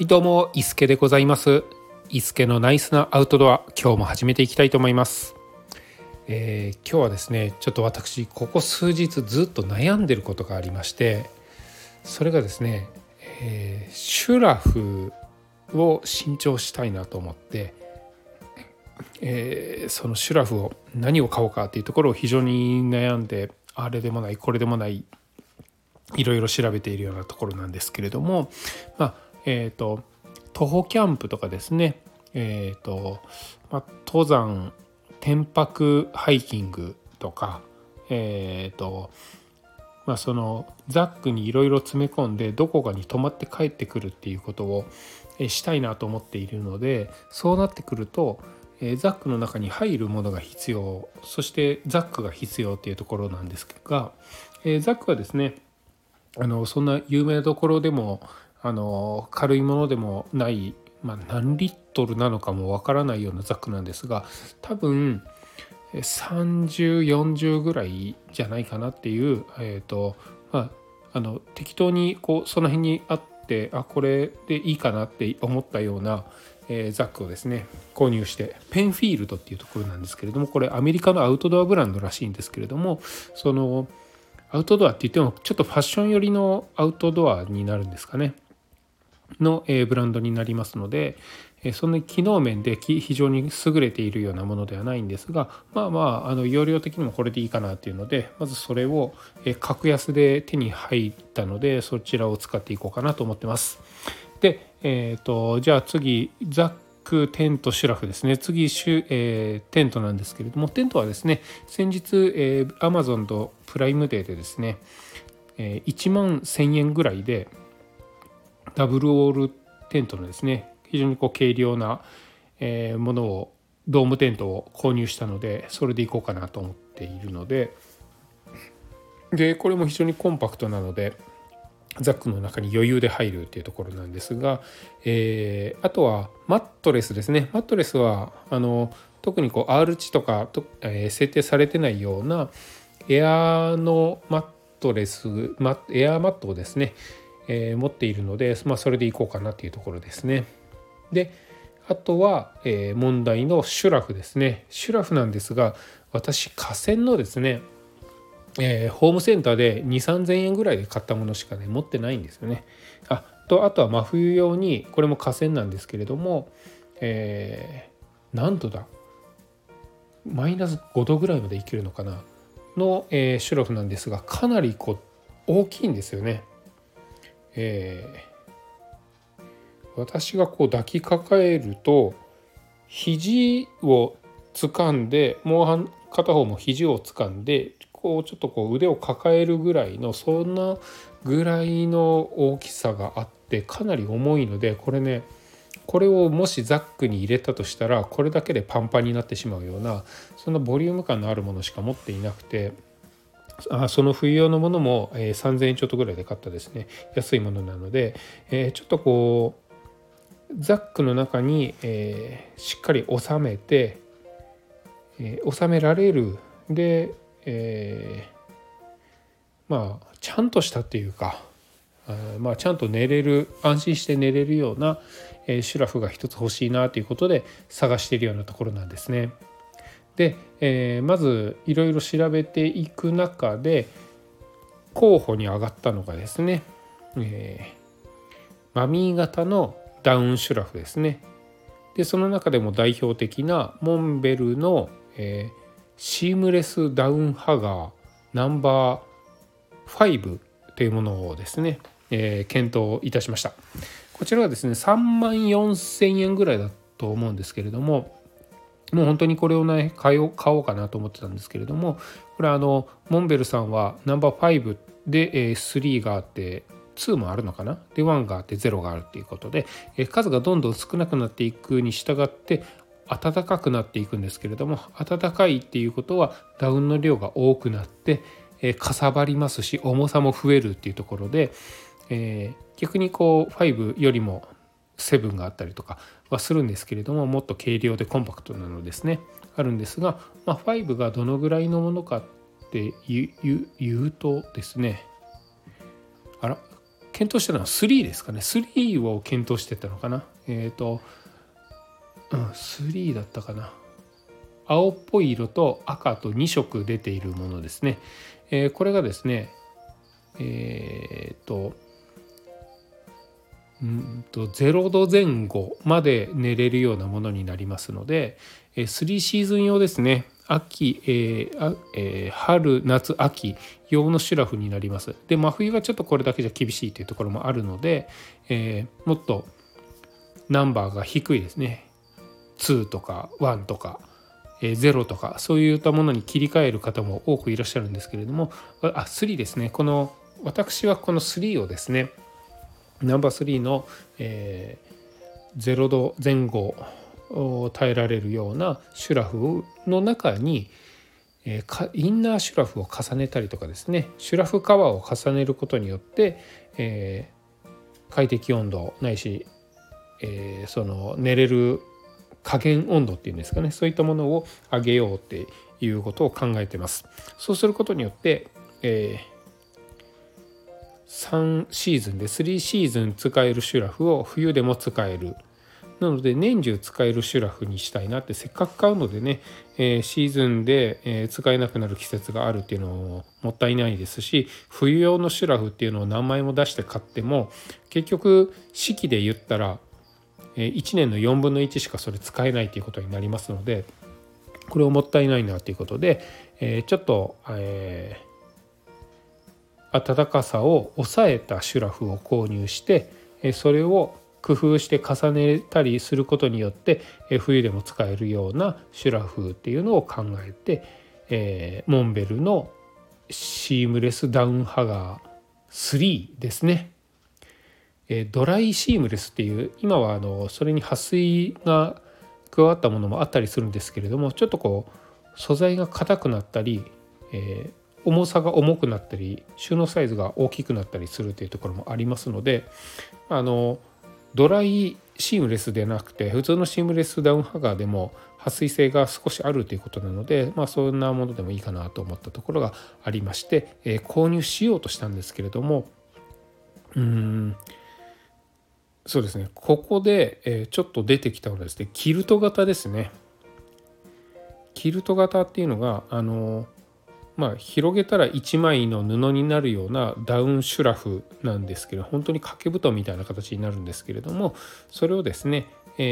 はいどうも、伊助でございます。伊助のナイスなアウトドア、今日も始めていきたいと思います。今日はですね、ちょっと私ここ数日ずっと悩んでることがありまして、それがですね、シュラフを新調したいなと思って、そのシュラフを何を買おうかっていうところを非常に悩んで、あれでもないこれでもないいろいろ調べているようなところなんですけれども、徒歩キャンプとかですね、登山天泊ハイキングとか、そのザックにいろいろ詰め込んでどこかに泊まって帰ってくるっていうことをしたいなと思っているので、そうなってくるとザックの中に入るものが必要、そしてザックが必要っていうところなんですが、ザックはですね、そんな有名なところでも軽いものでもない、何リットルなのかもわからないようなザックなんですが、多分3040ぐらいじゃないかなっていう、適当にこうその辺にあって、これでいいかなって思ったような、ザックをですね購入して、ペンフィールドっていうところなんですけれども、これアメリカのアウトドアブランドらしいんですけれども、そのアウトドアって言ってもちょっとファッション寄りのアウトドアになるんですかねのブランドになりますので、そんな機能面で非常に優れているようなものではないんですが、容量的にもこれでいいかなっていうので、まずそれを格安で手に入ったので、そちらを使っていこうかなと思ってます。で、じゃあ次ザックテントシュラフですね。次テントなんですけれども、テントはですね、先日Amazon とプライムデーでですね、1万1000円ぐらいでダブルオールテントのですね、非常に軽量なものを、ドームテントを購入したので、それでいこうかなと思っているので、これも非常にコンパクトなのでザックの中に余裕で入るっていうところなんですが、あとはマットレスですね。マットレスは特にアールチとか設定されてないようなエアのマットレス、エアマットをですね、持っているので、それでいこうかなっていうところですね。で、あとは、問題のシュラフですね。シュラフなんですが、私河川のですね、ホームセンターで 2,3000 円ぐらいで買ったものしかね持ってないんですよね。あとは真冬用に、これも河川なんですけれども、何度だ、マイナス5度ぐらいまでいけるのかなの、シュラフなんですが、かなり大きいんですよね。私が抱きかかえると、肘を掴んで、もう片方も肘を掴んで、ちょっと腕を抱えるぐらいの、そんなぐらいの大きさがあって、かなり重いので、これをもしザックに入れたとしたら、これだけでパンパンになってしまうような、そんなボリューム感のあるものしか持っていなくて、その冬用のものも3,000円ちょっとぐらいで買ったですね、安いものなので、ちょっとザックの中に、しっかり収めて、収められるで、ちゃんとしたっていうか、ちゃんと寝れる、安心して寝れるような、シュラフが一つ欲しいなということで探しているようなところなんですね。で、まずいろいろ調べていく中で候補に上がったのがですね、マミー型のダウンシュラフですね。でその中でも代表的なモンベルの、シームレスダウンハガーナンバー5というものをですね、検討いたしました。こちらはですね34,000円ぐらいだと思うんですけれども、もう本当にこれをね買おうかなと思ってたんですけれども、これモンベルさんはナンバー5で、3があって2もあるのかな、で1があって0があるっていうことで、数がどんどん少なくなっていくに従って暖かくなっていくんですけれども、暖かいっていうことはダウンの量が多くなってかさばりますし、重さも増えるっていうところで、逆に5よりも7があったりとかはするんですけれども、もっと軽量でコンパクトなのですねあるんですが、5がどのぐらいのものかっていうとですね、 検討してたのは3ですかね。3を検討してたのかな。3だったかな。青っぽい色と赤と2色出ているものですね。これがですね、0度前後まで寝れるようなものになりますので、3シーズン用ですね。春夏秋用のシュラフになります。で真冬はちょっとこれだけじゃ厳しいというところもあるので、もっとナンバーが低いですね。2とか1とか0とかそういったものに切り替える方も多くいらっしゃるんですけれども、3ですね。私はこの3をですね、ナンバー3の、0度前後を耐えられるようなシュラフの中にインナーシュラフを重ねたりとかですね、シュラフカバーを重ねることによって、快適温度ないし、その寝れる加減温度っていうんですかね、そういったものを上げようっていうことを考えてます。そうすることによって、3シーズンで3シーズン使えるシュラフを冬でも使える。なので年中使えるシュラフにしたいなって、せっかく買うのでね、シーズンで使えなくなる季節があるっていうのももったいないですし、冬用のシュラフっていうのを何枚も出して買っても結局四季で言ったら1年の4分の1しかそれ使えないということになりますので、これをもったいないなということで、ちょっと、暖かさを抑えたシュラフを購入して、それを工夫して重ねたりすることによって冬でも使えるようなシュラフっていうのを考えて、モンベルのシームレスダウンハガー3ですね。ドライシームレスっていう今はそれに撥水が加わったものもあったりするんですけれども、ちょっとこう素材が硬くなったり、重さが重くなったり収納サイズが大きくなったりするというところもありますので、ドライシームレスでなくて普通のシームレスダウンハガーでも撥水性が少しあるということなので、そんなものでもいいかなと思ったところがありまして、購入しようとしたんですけれども、そうですね、ここで、ちょっと出てきたのはですね、キルト型ですね。キルト型っていうのが広げたら1枚の布になるようなダウンシュラフなんですけど、本当に掛け布団みたいな形になるんですけれども、それをですね、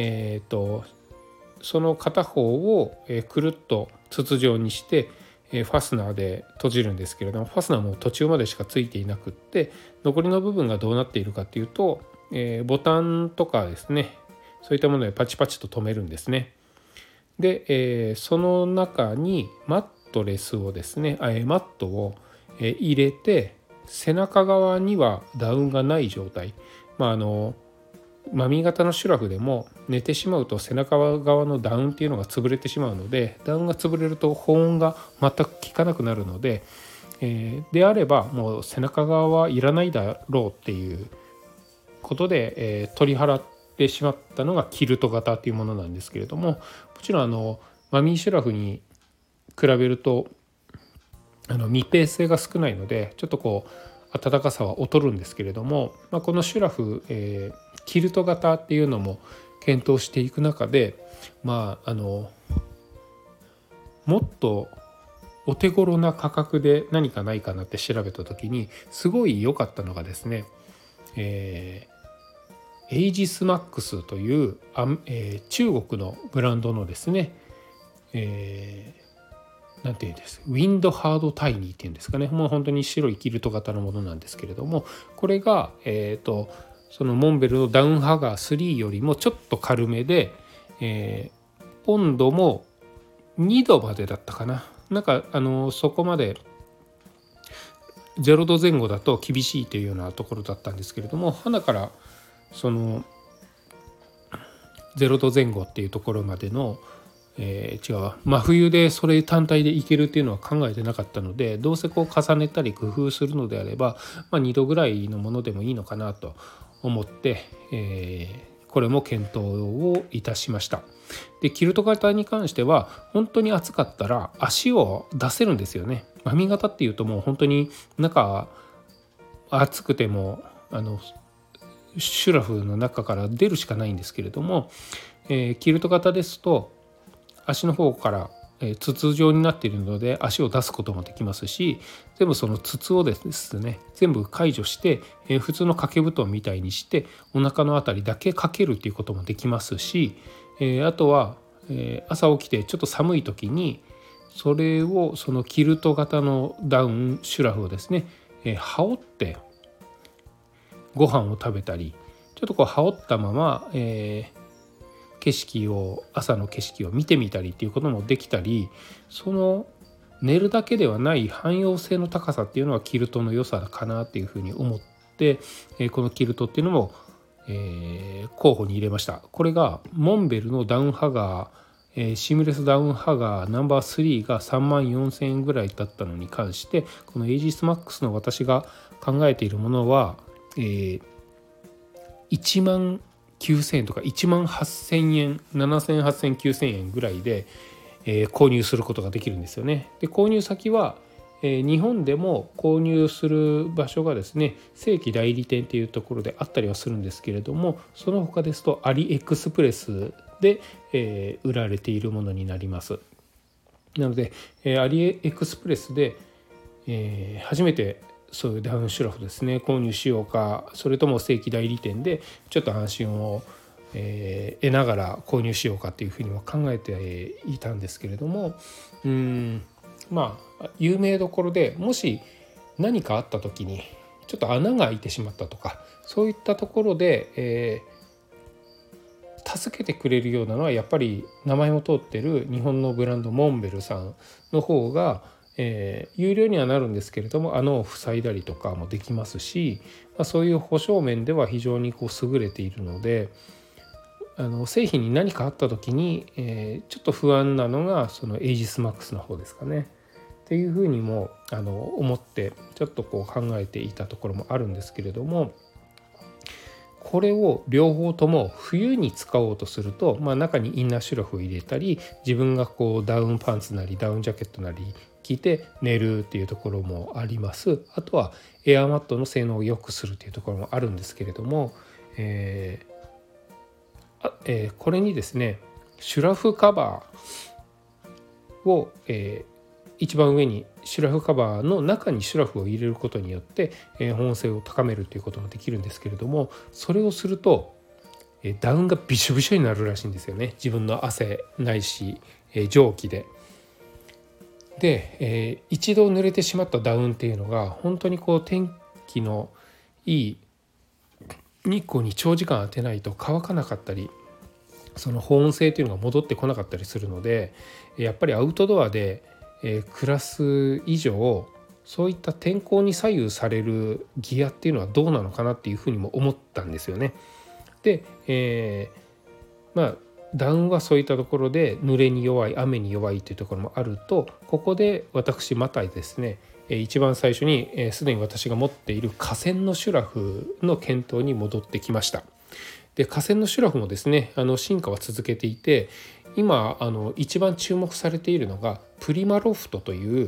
その片方をくるっと筒状にしてファスナーで閉じるんですけれども、ファスナーも途中までしかついていなくって、残りの部分がどうなっているかっていうと、ボタンとかですね、そういったものでパチパチと留めるんですね。で、その中にマットレスをですね、マットを入れて、背中側にはダウンがない状態、マミ型のシュラフでも寝てしまうと背中側のダウンっていうのが潰れてしまうので、ダウンが潰れると保温が全く効かなくなるので、であればもう背中側はいらないだろうっていうことで、取り払ってしまったのがキルト型っていうものなんですけれども、もちろんマミーシュラフに比べると密閉性が少ないのでちょっとこう暖かさは劣るんですけれども、このシュラフ、キルト型っていうのも検討していく中で、もっとお手頃な価格で何かないかなって調べた時にすごい良かったのがですね、エイジスマックスという、中国のブランドのですね、なんていうんです、ウィンドハードタイニーっていうんですかね、もう本当に白いキルト型のものなんですけれども、これが、そのモンベルのダウンハガー3よりもちょっと軽めで、温度も2度までだったかな、そこまで0度前後だと厳しいというようなところだったんですけれども、花からその0度前後っていうところまでの真冬でそれ単体でいけるっていうのは考えてなかったので、どうせこう重ねたり工夫するのであれば、2度ぐらいのものでもいいのかなと思って、これも検討をいたしました。でキルト型に関しては本当に暑かったら足を出せるんですよね。マミ型っていうともう本当に中暑くてもシュラフの中から出るしかないんですけれども、キルト型ですと足の方から筒状になっているので足を出すこともできますし、全部その筒をですね全部解除して、普通の掛け布団みたいにしてお腹のあたりだけかけるということもできますし、あとは、朝起きてちょっと寒い時にそれをそのキルト型のダウンシュラフをですね、羽織ってご飯を食べたり、ちょっとこう羽織ったまま、朝の景色を見てみたりっていうこともできたり、その寝るだけではない汎用性の高さっていうのはキルトの良さかなっていうふうに思って、このキルトっていうのも、候補に入れました。これがモンベルのダウンハガー、シームレスダウンハガーナンバー3が34,000円ぐらいだったのに関して、このエイジスマックスの私が考えているものは、1万9,000円とか1万8,000円7,000 8,000 9,000円ぐらいで、購入することができるんですよね。で購入先は、日本でも購入する場所がですね正規代理店っていうところであったりはするんですけれども、その他ですとアリエクスプレスで、売られているものになります。なので、アリエクスプレスで、初めてそういうダウンシュラフですね購入しようか、それとも正規代理店でちょっと安心を、得ながら購入しようかっていうふうにも考えていたんですけれども、まあ有名どころでもし何かあった時にちょっと穴が開いてしまったとか、そういったところで、助けてくれるようなのはやっぱり名前も通ってる日本のブランドモンベルさんの方が、有料にはなるんですけれども穴を塞いだりとかもできますし、そういう保証面では非常に優れているので、製品に何かあった時に、ちょっと不安なのがそのエイジスマックスの方ですかねっていうふうにも思ってちょっと考えていたところもあるんですけれども、これを両方とも冬に使おうとすると、中にインナーシュラフを入れたり、自分がダウンパンツなりダウンジャケットなり着て寝るっていうところもあります。あとはエアマットの性能を良くするっていうところもあるんですけれども、これにですねシュラフカバーを、一番上にシュラフカバーの中にシュラフを入れることによって、保温性を高めるということもできるんですけれども、それをすると、ダウンがびしょびしょになるらしいんですよね。自分の汗ないし、蒸気で。で、一度濡れてしまったダウンっていうのが本当に天気のいい日光に長時間当てないと乾かなかったり、その保温性というのが戻ってこなかったりするので、やっぱりアウトドアで暮らす以上そういった天候に左右されるギアっていうのはどうなのかなっていうふうにも思ったんですよね。で、ダウンはそういったところで濡れに弱い雨に弱いというところもあると、ここで私またですね一番最初にすでに私が持っている河川のシュラフの検討に戻ってきました。で河川のシュラフもですね進化は続けていて、今一番注目されているのがプリマロフトという、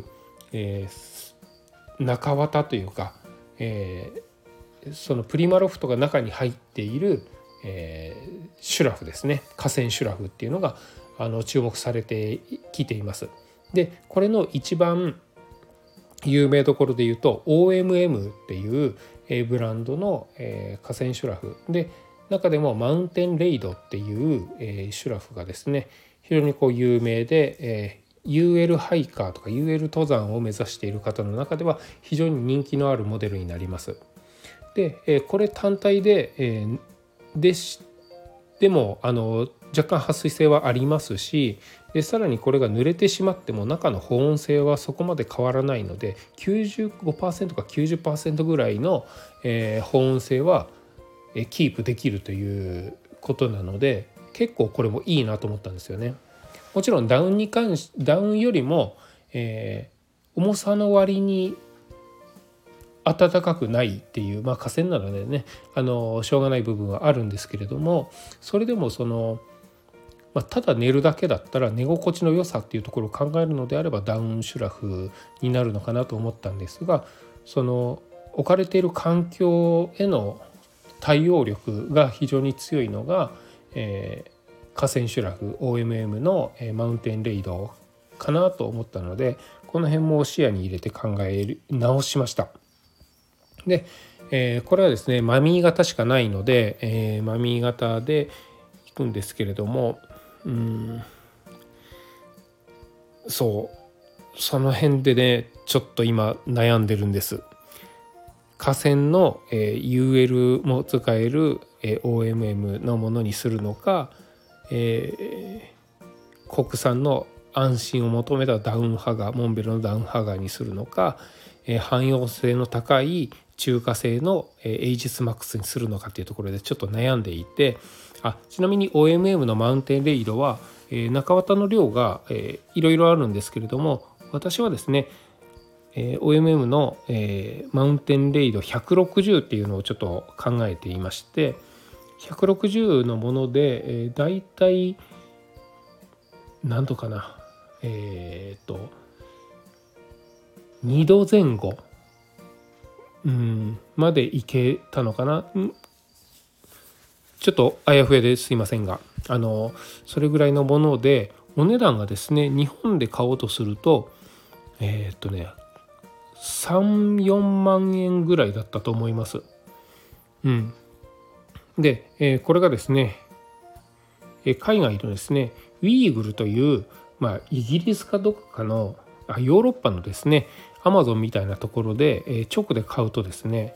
中綿というか、そのプリマロフトが中に入っている、シュラフですね、河川シュラフっていうのが注目されてきています。でこれの一番有名どころで言うと OMM っていうブランドの河川シュラフで、中でもマウンテンレイドっていうシュラフがですね非常に有名で、UL ハイカーとか UL 登山を目指している方の中では非常に人気のあるモデルになります。でこれ単体で、でも若干撥水性はありますし、でさらにこれが濡れてしまっても中の保温性はそこまで変わらないので 95% か 90% ぐらいの、保温性はキープできるということなので、結構これもいいなと思ったんですよね。もちろんダウンよりも、重さの割に暖かくないっていう、河川なのでねしょうがない部分はあるんですけれども、それでもただ寝るだけだったら寝心地の良さっていうところを考えるのであればダウンシュラフになるのかなと思ったんですが、 置かれている環境への対応力が非常に強いのが、河川シュラフ OMM の、マウンテンレイドかなと思ったので、この辺も視野に入れて考え直しました。で、これはですねマミー型しかないので、マミー型でいくんですけれども、その辺でねちょっと今悩んでるんです。河川の、UL も使える、OMM のものにするのか、国産の安心を求めたダウンハガー、モンベルのダウンハガーにするのか、汎用性の高い中華製のエイジスマックスにするのかというところでちょっと悩んでいて、ちなみに OMM のマウンテンレイドは、中綿の量が、いろいろあるんですけれども、私はですねOMM の、マウンテンレイド160っていうのをちょっと考えていまして、160のもので、だいたい何度かな2度前後までいけたのかな。ちょっとあやふやですいませんが、それぐらいのもので、お値段がですね日本で買おうとすると3,4万円ぐらいだったと思います。で、これがですね海外のですねウィーグルという、イギリスかどこかのヨーロッパのですねアマゾンみたいなところで、直で買うとですね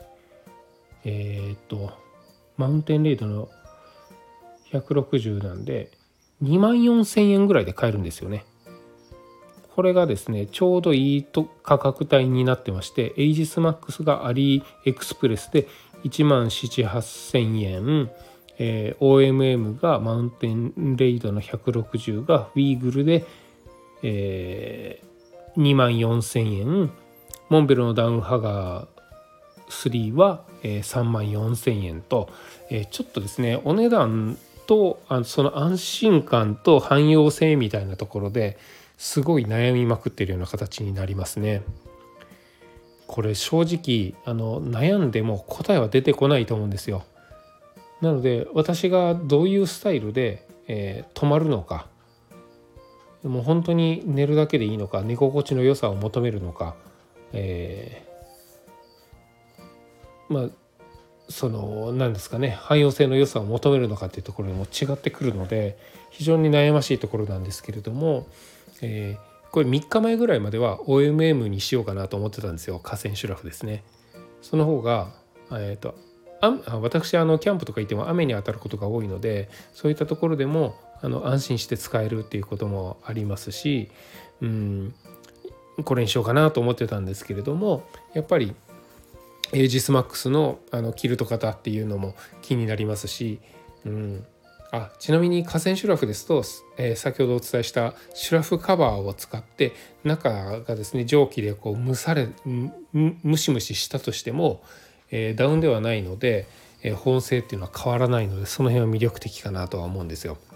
マウンテンレイドの160なんで24,000円ぐらいで買えるんですよね。これがですねちょうどいい価格帯になってまして、エイジスマックスがアリエクスプレスで17,000-8,000円、OMM がマウンテンレイドの160がウィーグルで、24,000円、モンベルのダウンハガー3は、34,000円と、ちょっとですねお値段とその安心感と汎用性みたいなところですごい悩みまくっているような形になりますね。これ正直悩んでも答えは出てこないと思うんですよ。なので私がどういうスタイルで、泊まるのか、もう本当に寝るだけでいいのか、寝心地の良さを求めるのか、その何ですかね汎用性の良さを求めるのかっていうところにも違ってくるので非常に悩ましいところなんですけれども、これ3日前ぐらいまでは OMM にしようかなと思ってたんですよ。河川シュラフですね。その方が、私キャンプとか行っても雨に当たることが多いので、そういったところでも安心して使えるっていうこともありますし、これにしようかなと思ってたんですけれども、やっぱりエイジスマックスのキルト型っていうのも気になりますし、ちなみに河川シュラフですと、先ほどお伝えしたシュラフカバーを使って中がですね蒸気でこうムシムシしたとしても、ダウンではないので、保温性っていうのは変わらないので、その辺は魅力的かなとは思うんですよ。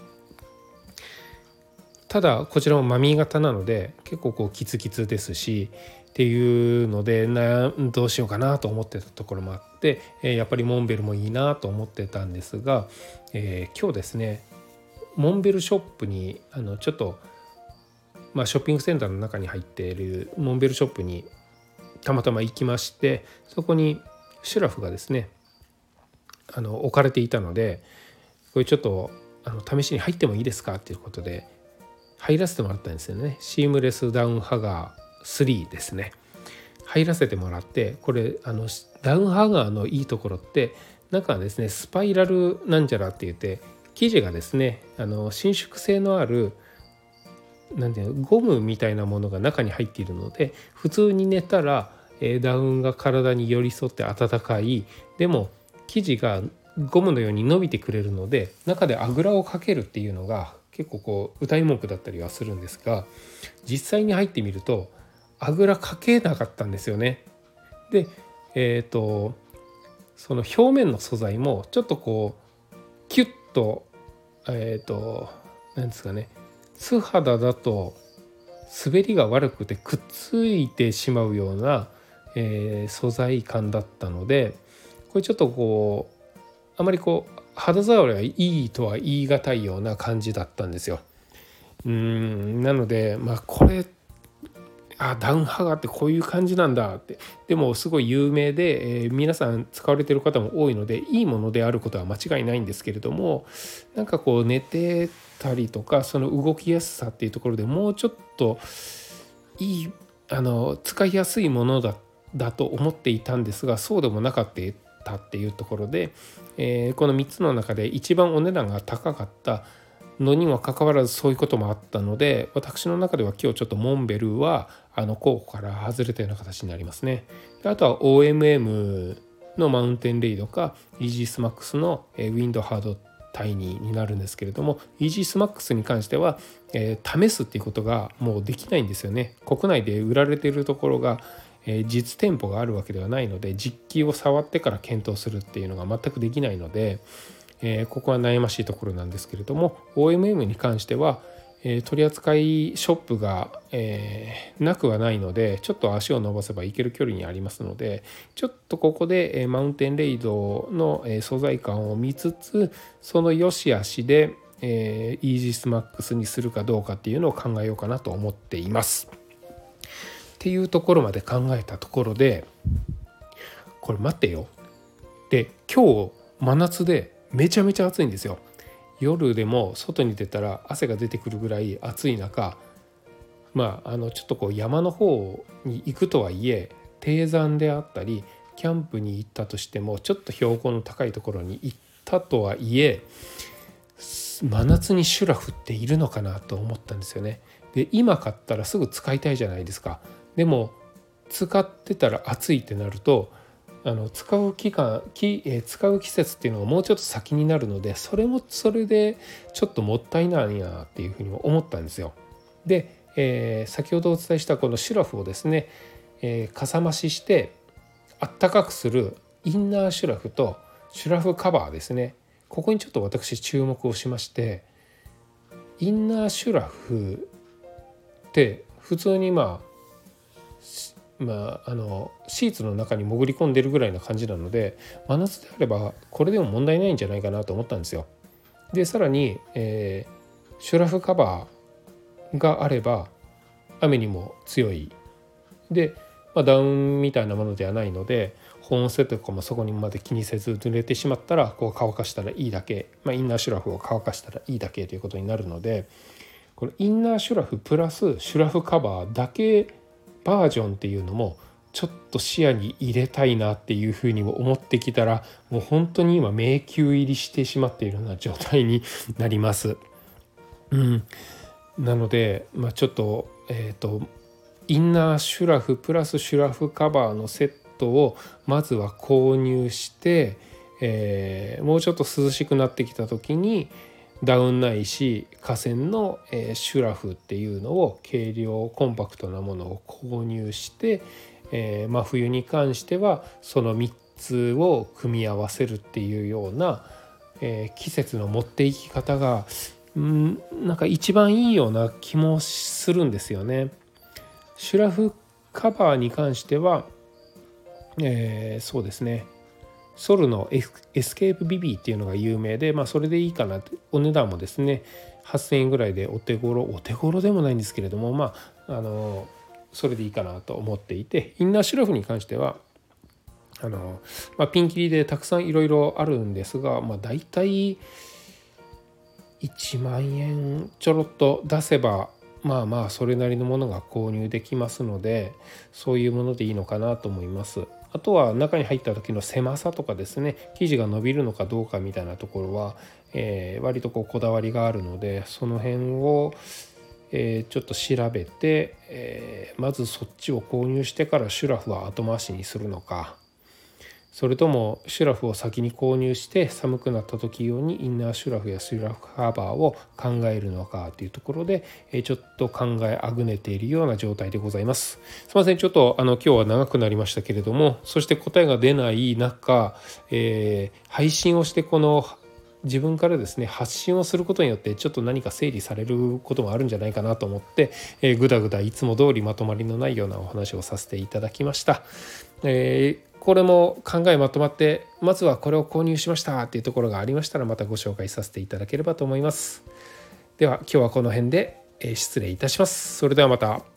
ただこちらもマミー型なので結構こうキツキツですしっていうのでどうしようかなと思ってたところもあって、やっぱりモンベルもいいなと思ってたんですが、今日ですねモンベルショップにちょっと、ショッピングセンターの中に入っているモンベルショップにたまたま行きまして、そこにシュラフがですね置かれていたので、これちょっと試しに入ってもいいですかっていうことで入らせてもらったんですよね。シームレスダウンハガー3ですね。入らせてもらって、これダウンハガーのいいところって中はですねスパイラルなんちゃらって言って生地がですね伸縮性のあるなんていうのゴムみたいなものが中に入っているので、普通に寝たらダウンが体に寄り添って暖かい、でも生地がゴムのように伸びてくれるので中であぐらをかけるっていうのが結構こう謳い文句だったりはするんですが、実際に入ってみるとあぐらかけなかったんですよね。でその表面の素材もちょっとこうキュッとなんですかね、素肌だと滑りが悪くてくっついてしまうような、 素材感だったので、これちょっとこうあまりこう肌触りがいいとは言い難いような感じだったんですよ。なのでこれダウンハガーってこういう感じなんだって。でもすごい有名で、皆さん使われてる方も多いのでいいものであることは間違いないんですけれども、なんかこう寝てたりとかその動きやすさっていうところでもうちょっといい使いやすいものだと思っていたんですが、そうでもなかったっていうところで、この3つの中で一番お値段が高かったのにもかかわらずそういうこともあったので、私の中では今日ちょっとモンベルは候補から外れたような形になりますね。であとは OMM のマウンテンレイドかイージースマックスのウィンドハードタイニーになるんですけれども、イージースマックスに関しては、試すっていうことがもうできないんですよね。国内で売られているところが、実店舗があるわけではないので、実機を触ってから検討するっていうのが全くできないので、ここは悩ましいところなんですけれども、 OMM に関しては、取扱いショップが、なくはないので、ちょっと足を伸ばせば行ける距離にありますので、ちょっとここで、マウンテンレイドの、素材感を見つつ、その良し悪しで、イージースマックスにするかどうかっていうのを考えようかなと思っています。っていうところまで考えたところで、これ待ってよ。で、今日真夏でめちゃめちゃ暑いんですよ。夜でも外に出たら汗が出てくるぐらい暑い中、ちょっとこう山の方に行くとはいえ、低山であったりキャンプに行ったとしても、ちょっと標高の高いところに行ったとはいえ、真夏にシュラフっているのかなと思ったんですよね。で、今買ったらすぐ使いたいじゃないですか。でも使ってたら暑いってなると、使う季節っていうのがもうちょっと先になるので、それもそれでちょっともったいないなっていうふうに思ったんですよ。で、先ほどお伝えしたこのシュラフをですね、かさ増ししてあったかくするインナーシュラフとシュラフカバーですね、ここにちょっと私注目をしまして、インナーシュラフって普通にシーツの中に潜り込んでるぐらいな感じなので、真夏であればこれでも問題ないんじゃないかなと思ったんですよ。でさらに、シュラフカバーがあれば雨にも強いで、ダウンみたいなものではないので、保温性とかもそこにまで気にせず、濡れてしまったらこう乾かしたらいいだけ、インナーシュラフを乾かしたらいいだけということになるので、これインナーシュラフプラスシュラフカバーだけバージョンっていうのもちょっと視野に入れたいなっていうふうにも思ってきたら、もう本当に今迷宮入りしてしまっているような状態になります。なので、ちょっとインナーシュラフプラスシュラフカバーのセットをまずは購入して、もうちょっと涼しくなってきた時にダウンないし河川のシュラフっていうのを軽量コンパクトなものを購入して、真冬に関してはその3つを組み合わせるっていうような、季節の持っていき方がなんか一番いいような気もするんですよね。シュラフカバーに関しては、そうですね、ソルのエスケープビビーっていうのが有名で、それでいいかなと。お値段もですね8,000円ぐらいでお手頃でもないんですけれども、それでいいかなと思っていて、インナーシュラフに関してはピンキリでたくさんいろいろあるんですが、だいたい1万円ちょろっと出せばそれなりのものが購入できますので、そういうものでいいのかなと思います。あとは中に入った時の狭さとかですね、生地が伸びるのかどうかみたいなところは、割とこだわりがあるので、その辺を、ちょっと調べて、まずそっちを購入してからシュラフは後回しにするのか、それともシュラフを先に購入して寒くなった時用にインナーシュラフやシュラフカバーを考えるのかというところで、ちょっと考えあぐねているような状態でございます。すいません、ちょっと今日は長くなりましたけれども、そして答えが出ない中、配信をしてこの自分からですね発信をすることによってちょっと何か整理されることもあるんじゃないかなと思って、ぐだぐだいつも通りまとまりのないようなお話をさせていただきました。これも考えまとまってまずはこれを購入しましたっていうところがありましたらまたご紹介させていただければと思います。では今日はこの辺で失礼いたします。それではまた。